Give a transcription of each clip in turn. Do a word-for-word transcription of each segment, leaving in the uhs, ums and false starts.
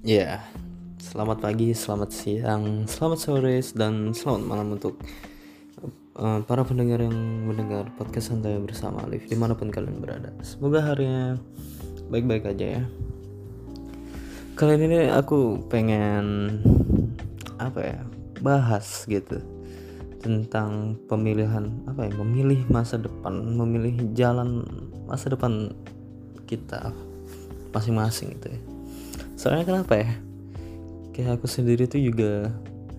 Ya, selamat pagi, selamat siang, selamat sore, dan selamat malam untuk uh, para pendengar yang mendengar podcast santai bersama Alif dimanapun kalian berada. Semoga harinya baik-baik aja ya. Kali ini aku pengen apa ya bahas gitu tentang pemilihan apa ya memilih masa depan, memilih jalan masa depan kita masing-masing gitu ya. Soalnya kenapa ya? Kayak aku sendiri tuh juga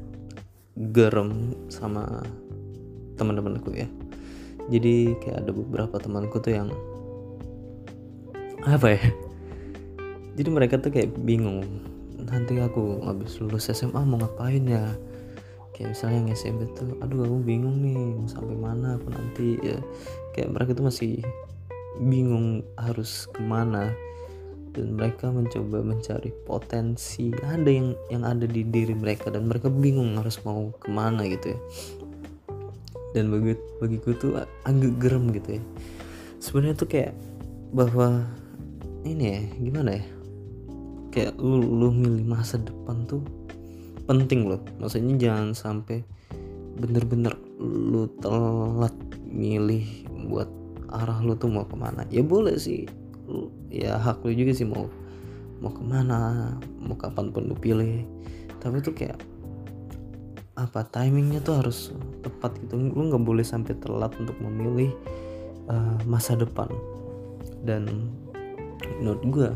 gerem sama teman-temanku ya. Jadi kayak ada beberapa temanku tuh yang apa ya? Jadi mereka tuh kayak bingung. Nanti aku habis lulus S M A mau ngapain ya? Kayak misalnya yang S M P tuh, aduh aku bingung nih mau sampai mana aku nanti ya. Kayak mereka tuh masih bingung harus kemana. Dan mereka mencoba mencari potensi ada yang yang ada di diri mereka dan mereka bingung harus mau kemana gitu ya. Dan bagi bagiku tuh agak gerem gitu ya. Sebenarnya tuh kayak bahwa ini ya gimana ya, kayak lu, lu milih masa depan tuh penting loh. Maksudnya jangan sampai bener-bener lu telat milih buat arah lu tuh mau kemana. Ya boleh sih, ya hak lu juga sih mau mau kemana, mau kapan pun lu pilih. Tapi tuh kayak apa timingnya tuh harus tepat gitu. Lu nggak boleh sampai telat untuk memilih uh, masa depan. Dan menurut gue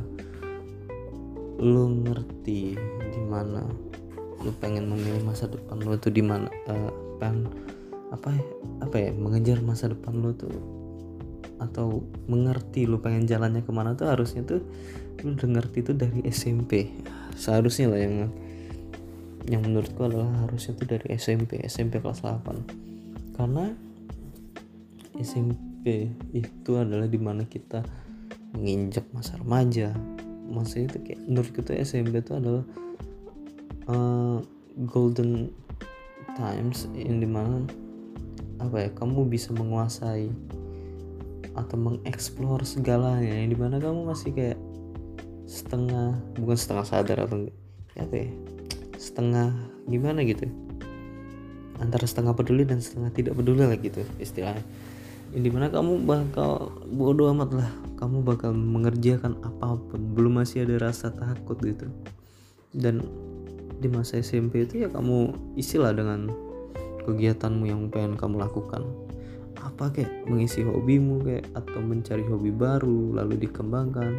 lu ngerti di mana lu pengen memilih masa depan lu tuh di mana, uh, pengen apa ya, apa ya mengejar masa depan lu tuh atau mengerti lu pengen jalannya kemana tuh harusnya tuh lu udah ngerti tuh dari S M P seharusnya lah. Yang yang menurutku adalah harusnya tuh dari S M P S M P kelas delapan, karena S M P itu adalah dimana kita menginjak masa remaja. Maksudnya itu kayak menurutku tuh S M P itu adalah uh, golden times yang dimana apa ya kamu bisa menguasai atau mengeksplor segalanya, yang dimana kamu masih kayak setengah bukan setengah sadar atau ya apa ya setengah gimana gitu, antara setengah peduli dan setengah tidak peduli lah gitu istilahnya, yang dimana kamu bakal bodo amat lah, kamu bakal mengerjakan apapun, belum masih ada rasa takut gitu. Dan di masa S M P itu ya kamu isilah dengan kegiatanmu yang pengen kamu lakukan, apa kayak mengisi hobimu kayak atau mencari hobi baru lalu dikembangkan.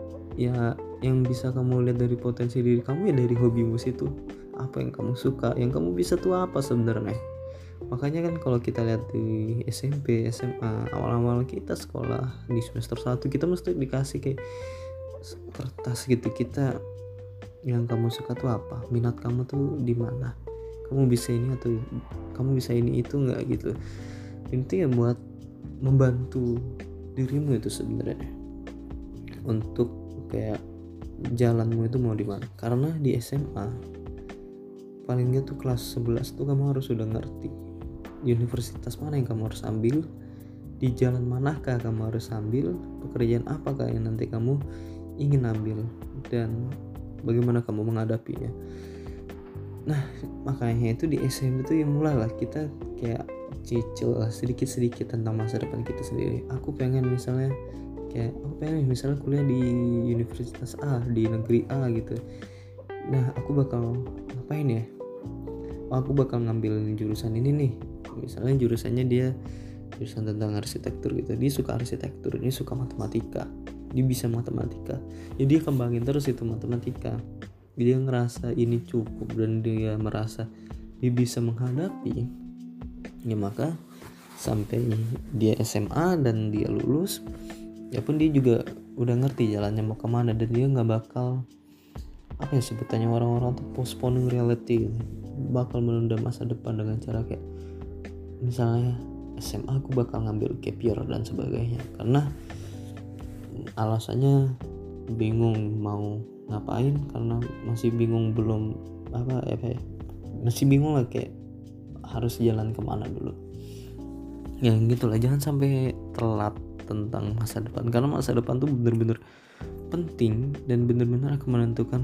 Ya yang bisa kamu lihat dari potensi diri kamu ya dari hobimu situ, apa yang kamu suka, yang kamu bisa tuh apa sebenarnya. Makanya kan kalau kita lihat di S M P, S M A, awal-awal kita sekolah di semester satu kita mesti dikasih kayak kertas gitu, kita yang kamu suka tuh apa, minat kamu tuh di mana, kamu bisa ini atau kamu bisa ini itu enggak gitu. Intinya buat membantu dirimu itu sebenarnya untuk kayak jalanmu itu mau di mana. Karena di S M A paling enggak tuh kelas sebelas tuh kamu harus sudah ngerti universitas mana yang kamu harus ambil, di jalan manakah kamu harus ambil, pekerjaan apakah yang nanti kamu ingin ambil, dan bagaimana kamu menghadapinya. Nah makanya itu di S M P itu yang mulailah kita kayak cicil sedikit-sedikit tentang masa depan kita sendiri. Aku pengen misalnya kayak aku pengen misalnya kuliah di universitas A, di negeri A gitu. Nah aku bakal ngapain ya, aku bakal ngambil jurusan ini nih, misalnya jurusannya dia jurusan tentang arsitektur gitu, dia suka arsitektur, dia suka matematika, dia bisa matematika, jadi dia kembangin terus itu matematika, dia ngerasa ini cukup dan dia merasa dia bisa menghadapi ya, maka sampai dia S M A dan dia lulus ya pun dia juga udah ngerti jalannya mau kemana, dan dia nggak bakal apa ya sebutannya orang-orang tuh postponing reality gitu, bakal menunda masa depan dengan cara kayak misalnya S M A aku bakal ngambil gap year dan sebagainya, karena alasannya bingung mau ngapain, karena masih bingung belum apa apa ya masih bingung lah kayak harus jalan kemana dulu ya gitulah. Jangan sampai telat tentang masa depan, karena masa depan tuh bener-bener penting dan bener-bener akan menentukan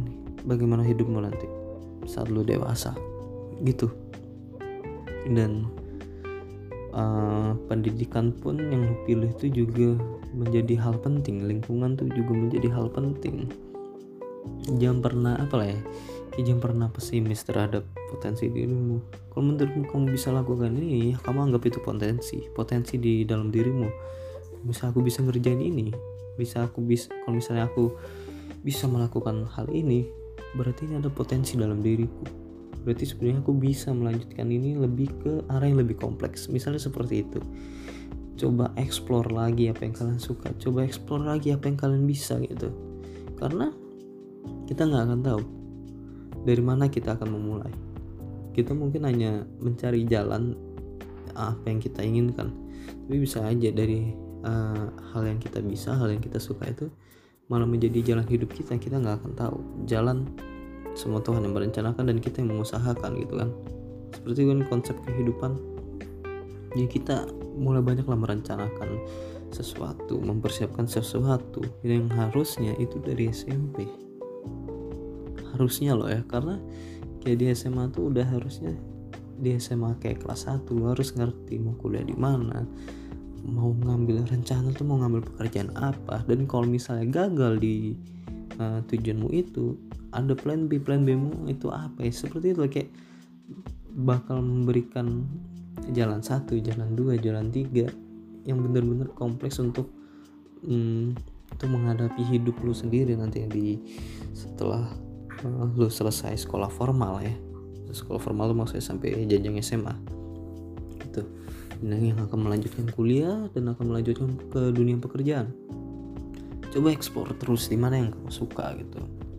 bagaimana hidupmu nanti saat lu dewasa gitu. Dan uh, pendidikan pun yang lu pilih itu juga menjadi hal penting, lingkungan tuh juga menjadi hal penting. Jangan pernah apa lah ya, jangan pernah pesimis terhadap potensi dirimu. Kalau menurutmu kamu bisa lakukan ini, ya kamu anggap itu potensi, potensi di dalam dirimu. Bisa aku bisa ngerjain ini, bisa aku bisa, kalau misalnya aku bisa melakukan hal ini, berarti ini ada potensi dalam diriku. Berarti sebenarnya aku bisa melanjutkan ini lebih ke arah yang lebih kompleks. Misalnya seperti itu. Coba explore lagi apa yang kalian suka, coba explore lagi apa yang kalian bisa gitu. Karena kita nggak akan tahu dari mana kita akan memulai. Kita mungkin hanya mencari jalan apa yang kita inginkan, tapi bisa aja dari uh, hal yang kita bisa, hal yang kita suka itu malah menjadi jalan hidup kita. Kita nggak akan tahu. Jalan semua Tuhan yang merencanakan dan kita yang mengusahakan gitu kan. Seperti kan konsep kehidupan. Jadi kita mulai banyaklah merencanakan sesuatu, mempersiapkan sesuatu yang harusnya itu dari S M P. Harusnya loh ya, karena kayak di S M A tuh udah harusnya, di S M A kayak kelas satu lu harus ngerti mau kuliah di mana, mau ngambil rencana tuh mau ngambil pekerjaan apa, dan kalau misalnya gagal di uh, tujuanmu itu ada plan B, plan B mu itu apa ya, seperti itu kayak bakal memberikan jalan satu, jalan dua, jalan tiga yang benar-benar kompleks untuk hmm, untuk menghadapi hidup lu sendiri nanti di setelah uh, lu selesai sekolah formal ya. Sekolah formal itu maksudnya sampai jenjang S M A gitu. Nah, yang akan melanjutkan kuliah dan akan melanjutkan ke dunia pekerjaan. Coba explore terus di mana yang kamu suka gitu.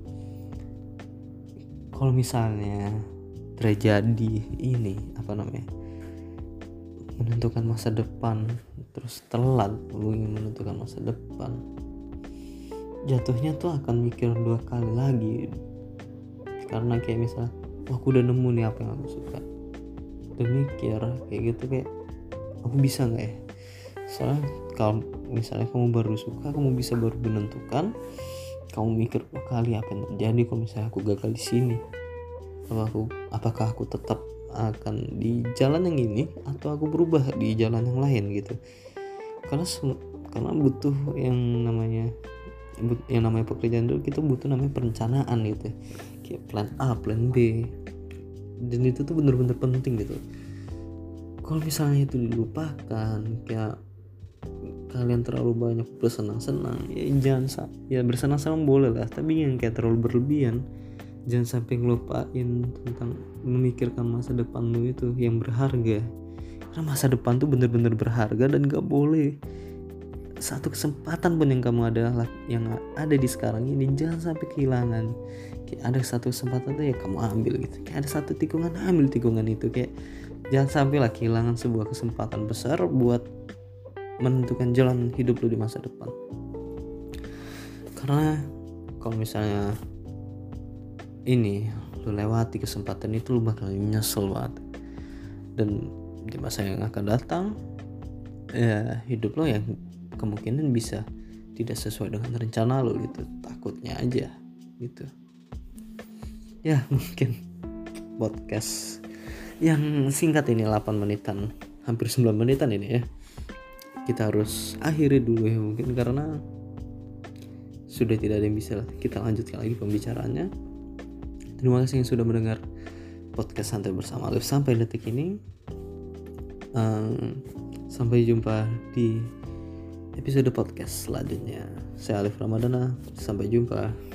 Kalau misalnya terjadi ini apa namanya menentukan masa depan terus telat lu ingin menentukan masa depan, jatuhnya tuh akan mikir dua kali lagi. Karena kayak misalnya wah, aku udah nemu nih apa yang aku suka, udah mikir kayak gitu kayak aku bisa nggak ya. Soalnya kalau misalnya kamu baru suka, kamu bisa baru menentukan, kamu mikir dua kali apa yang terjadi kalau misalnya aku gagal di sini. Apakah aku, apakah aku tetap akan di jalan yang ini atau aku berubah di jalan yang lain gitu. Karena karena butuh yang namanya yang namanya pekerjaan itu kita butuh namanya perencanaan gitu. Kayak plan A, plan B. Dan itu tuh bener-bener penting gitu. Kalau misalnya itu dilupakan, kayak kalian terlalu banyak bersenang-senang, ya jangan ya bersenang-senang boleh lah, tapi yang kayak terlalu berlebihan. Jangan sampai ngelupain tentang memikirkan masa depanmu itu yang berharga. Karena masa depan tuh bener-bener berharga dan gak boleh satu kesempatan pun yang kamu ada yang ada di sekarang ini jangan sampai kehilangan. Kayak ada satu kesempatan tuh ya kamu ambil gitu. Kayak ada satu tikungan, ambil tikungan itu. Kayak jangan sampai lah kehilangan sebuah kesempatan besar buat menentukan jalan hidup lu di masa depan. Karena kalau misalnya ini lu lewati kesempatan itu, lu bakal nyesel banget. Dan di masa yang akan datang ya hidup lo yang kemungkinan bisa tidak sesuai dengan rencana lo gitu. Takutnya aja gitu. Ya mungkin podcast yang singkat ini delapan menitan, hampir sembilan menitan ini ya, kita harus akhiri dulu ya mungkin karena sudah tidak ada yang bisa kita lanjutkan lagi pembicaraannya. Terima kasih yang sudah mendengar podcast Santai Bersama Alif sampai detik ini. Um, sampai jumpa di episode podcast selanjutnya. Saya Alif Ramadana. Sampai jumpa.